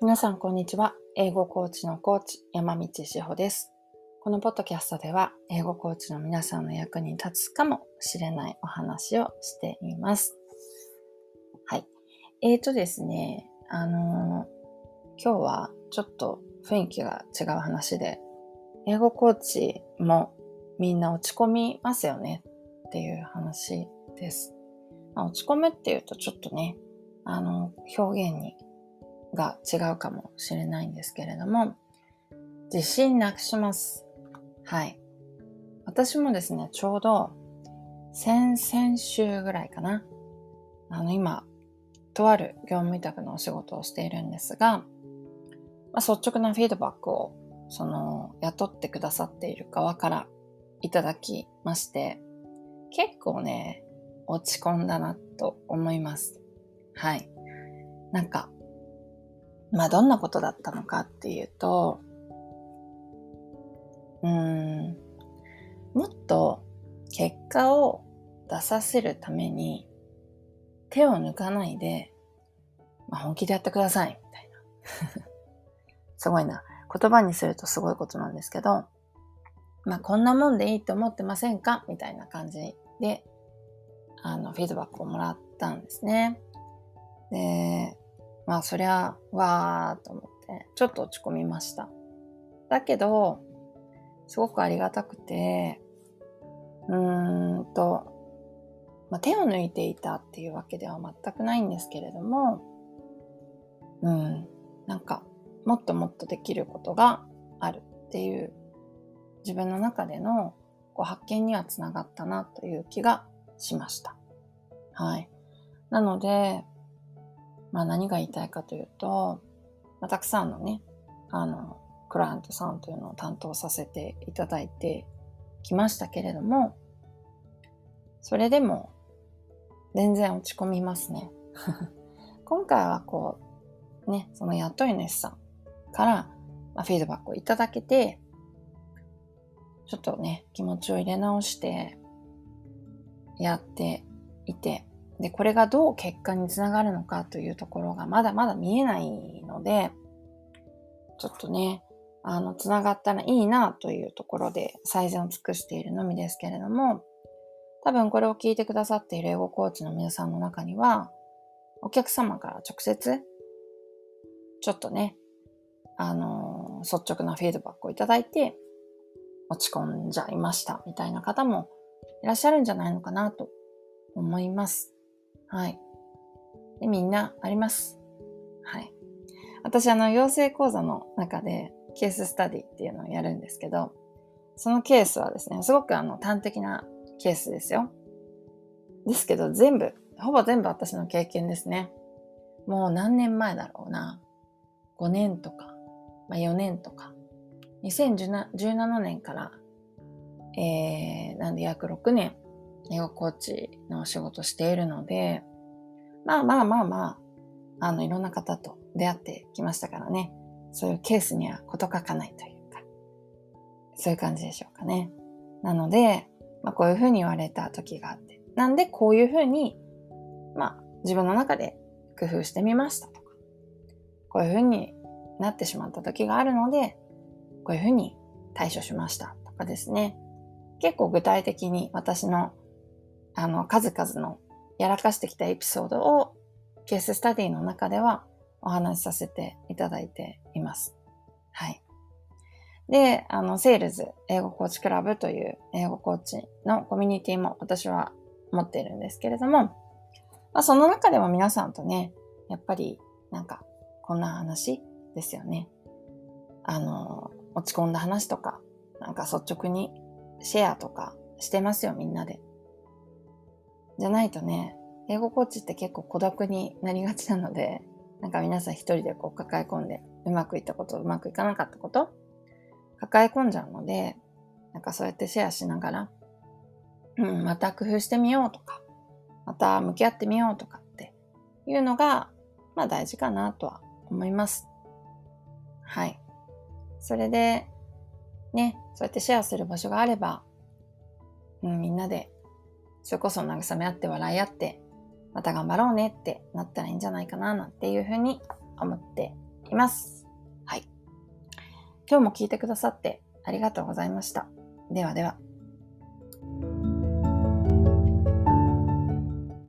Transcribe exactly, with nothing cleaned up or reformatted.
皆さんこんにちは。英語コーチのコーチ山道志保です。このポッドキャストでは英語コーチの皆さんの役に立つかもしれないお話をしています。はい。えーとですね、あのー、今日はちょっと雰囲気が違う話で、英語コーチもみんな落ち込みますよねっていう話です。まあ、落ち込むっていうとちょっとね、あの表現にが違うかもしれないんですけれども、自信なくします。はい。私もですね、ちょうど先々週ぐらいかな。あの今、とある業務委託のお仕事をしているんですが、まあ、率直なフィードバックをその雇ってくださっている側からいただきまして、結構ね、落ち込んだなと思います。はい。なんか、まあどんなことだったのかっていうと、うーん、もっと結果を出させるために手を抜かないで、まあ、本気でやってくださいみたいな。すごいな。言葉にするとすごいことなんですけど、まあこんなもんでいいと思ってませんかみたいな感じで、あのフィードバックをもらったんですね。で、まあそりゃ、わーと思ってちょっと落ち込みました。だけど、すごくありがたくて、うーんと、まあ、手を抜いていたっていうわけでは全くないんですけれども、うん、なんかもっともっとできることがあるっていう自分の中でのこう発見にはつながったなという気がしました。はい。なので、まあ何が言いたいかというと、まあ、たくさんのね、あの、クライアントさんというのを担当させていただいてきましたけれども、それでも全然落ち込みますね。今回はこう、ね、その雇い主さんから、まあ、フィードバックをいただけて、ちょっとね、気持ちを入れ直してやっていて、で、これがどう結果につながるのかというところがまだまだ見えないので、ちょっとね、あの、つながったらいいなというところで最善を尽くしているのみですけれども、多分これを聞いてくださっている英語コーチの皆さんの中には、お客様から直接、ちょっとね、あのー、率直なフィードバックをいただいて、落ち込んじゃいましたみたいな方もいらっしゃるんじゃないのかなと思います。はい。で、みんなあります。はい。私、あの、養成講座の中でケーススタディっていうのをやるんですけど、そのケースはですね、すごくあの、端的なケースですよ。ですけど、全部、ほぼ全部私の経験ですね。もう何年前だろうな。ごねんとか、まあ、よねんとか。にせんじゅうななねんから、えー、なんで約ろくねん、英語コーチのお仕事しているので、まあまあまあまあ、あの、いろんな方と出会ってきましたからね。そういうケースには事欠かないというか、そういう感じでしょうかね。なので、まあこういうふうに言われた時があって、なんでこういうふうに、まあ自分の中で工夫してみましたとか、こういうふうになってしまった時があるので、こういうふうに対処しましたとかですね。結構具体的に私のあの数々のやらかしてきたエピソードをケーススタディの中ではお話しさせていただいています。はい。で、あの、セールズ英語コーチクラブという英語コーチのコミュニティも私は持っているんですけれども、まあ、その中でも皆さんとね、やっぱりなんかこんな話ですよね。あの、落ち込んだ話とか、なんか率直にシェアとかしてますよ、みんなで。じゃないとね、英語コーチって結構孤独になりがちなので、なんか皆さん一人でこう抱え込んで、うまくいったこと、うまくいかなかったこと、抱え込んじゃうので、なんかそうやってシェアしながら、うん、また工夫してみようとか、また向き合ってみようとかっていうのが、まあ大事かなとは思います。はい。それで、ね、そうやってシェアする場所があれば、うん、みんなで、それこそ慰め合って笑い合って、また頑張ろうねってなったらいいんじゃないかななんていうふうに思っています。はい。今日も聞いてくださってありがとうございました。ではでは。